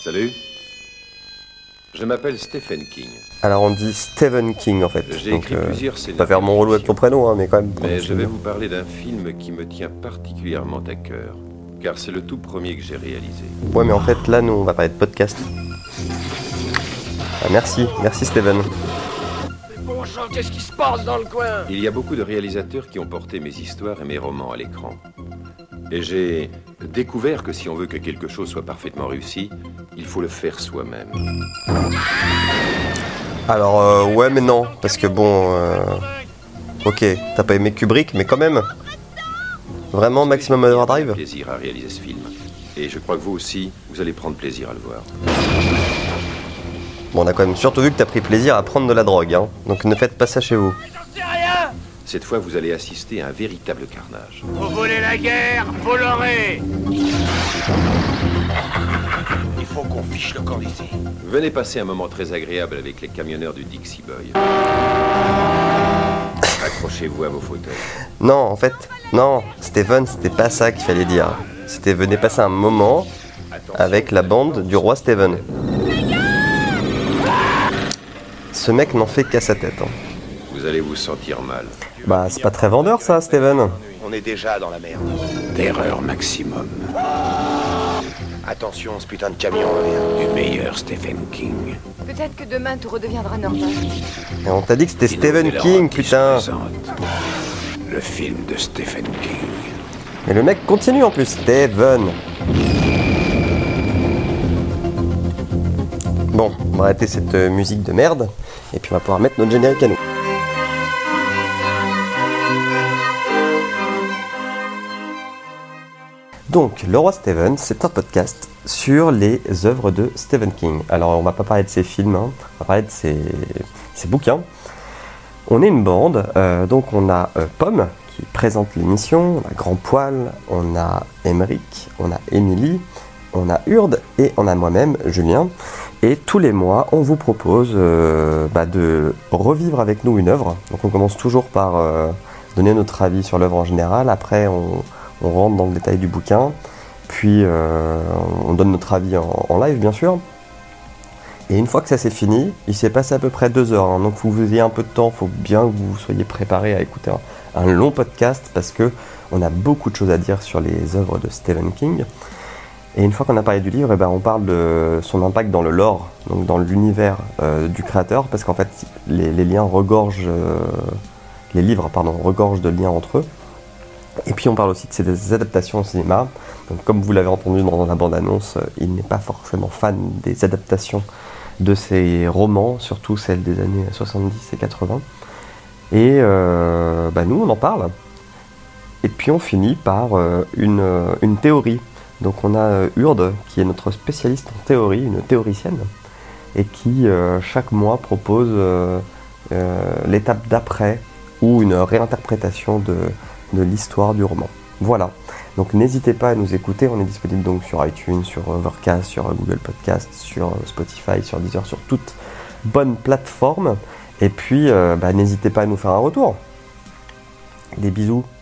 Salut. Je m'appelle Stephen King. Alors on dit Stephen King en fait. J'ai écrit plusieurs scénarios. Pas faire mon relou avec ton prénom, hein, mais quand même. Mais je vais vous parler d'un film qui me tient particulièrement à cœur, car c'est le tout premier que j'ai réalisé. Ouais, mais en fait là, nous, on va parler de podcast. Ah, merci Stephen. Bon sang, qu'est-ce qui se passe dans le coin? Il y a beaucoup de réalisateurs qui ont porté mes histoires et mes romans à l'écran. Et j'ai découvert que si on veut que quelque chose soit parfaitement réussi, il faut le faire soi-même. Alors ouais, mais non, parce que bon, ok, t'as pas aimé Kubrick, mais quand même. Vraiment, Maximum Overdrive. J'ai plaisir à réaliser ce film. Et je crois que vous aussi, vous allez prendre plaisir à le voir. Bon, on a quand même surtout vu que t'as pris plaisir à prendre de la drogue, hein. Donc ne faites pas ça chez vous. Cette fois, vous allez assister à un véritable carnage. Vous voulez la guerre, vous l'aurez. Il faut qu'on fiche le camp d'ici. Venez passer un moment très agréable avec les camionneurs du Dixie Boy. Accrochez-vous à vos fauteuils. Non, en fait, non, Steven, c'était pas ça qu'il fallait dire. C'était venez passer un moment avec la bande du roi Steven. Ce mec n'en fait qu'à sa tête, hein. Vous allez vous sentir mal. Bah, c'est pas très vendeur ça, Steven. On est déjà dans la merde. Terreur maximum. Attention, ce putain de camion revient. Du meilleur Stephen King. Peut-être que demain tout redeviendra normal. Et on t'a dit que c'était Stephen King, putain. Le film de Stephen King. Et le mec continue en plus, Steven. Bon, on va arrêter cette musique de merde, et puis on va pouvoir mettre notre générique à nous. Donc, Le Roi Steven, c'est un podcast sur les œuvres de Stephen King. Alors, on va pas parler de ses films, hein, on va parler de ses bouquins. On est une bande, donc on a Pomme qui présente l'émission, on a Grand Poil, on a Émeric, on a Émilie, on a Urde et on a moi-même, Julien. Et tous les mois, on vous propose de revivre avec nous une œuvre. Donc on commence toujours par donner notre avis sur l'œuvre en général. Après, on rentre dans le détail du bouquin. Puis on donne notre avis en live, bien sûr. Et une fois que ça c'est fini, il s'est passé à peu près 2 heures. Hein. Donc vous ayez un peu de temps, il faut bien que vous soyez préparés à écouter un long podcast parce que on a beaucoup de choses à dire sur les œuvres de Stephen King. Et une fois qu'on a parlé du livre, on parle de son impact dans le lore, donc dans l'univers du créateur, parce qu'en fait les liens regorgent, les livres regorgent de liens entre eux. Et puis on parle aussi de ses adaptations au cinéma. Donc comme vous l'avez entendu dans la bande-annonce, il n'est pas forcément fan des adaptations de ses romans, surtout celles des années 70 et 80. Et nous on en parle. Et puis on finit par une théorie. Donc on a Urde qui est notre spécialiste en théorie, une théoricienne, et qui chaque mois propose l'étape d'après ou une réinterprétation de l'histoire du roman. Voilà, donc n'hésitez pas à nous écouter, on est disponible donc sur iTunes, sur Overcast, sur Google Podcast, sur Spotify, sur Deezer, sur toute bonne plateforme. Et puis n'hésitez pas à nous faire un retour. Des bisous.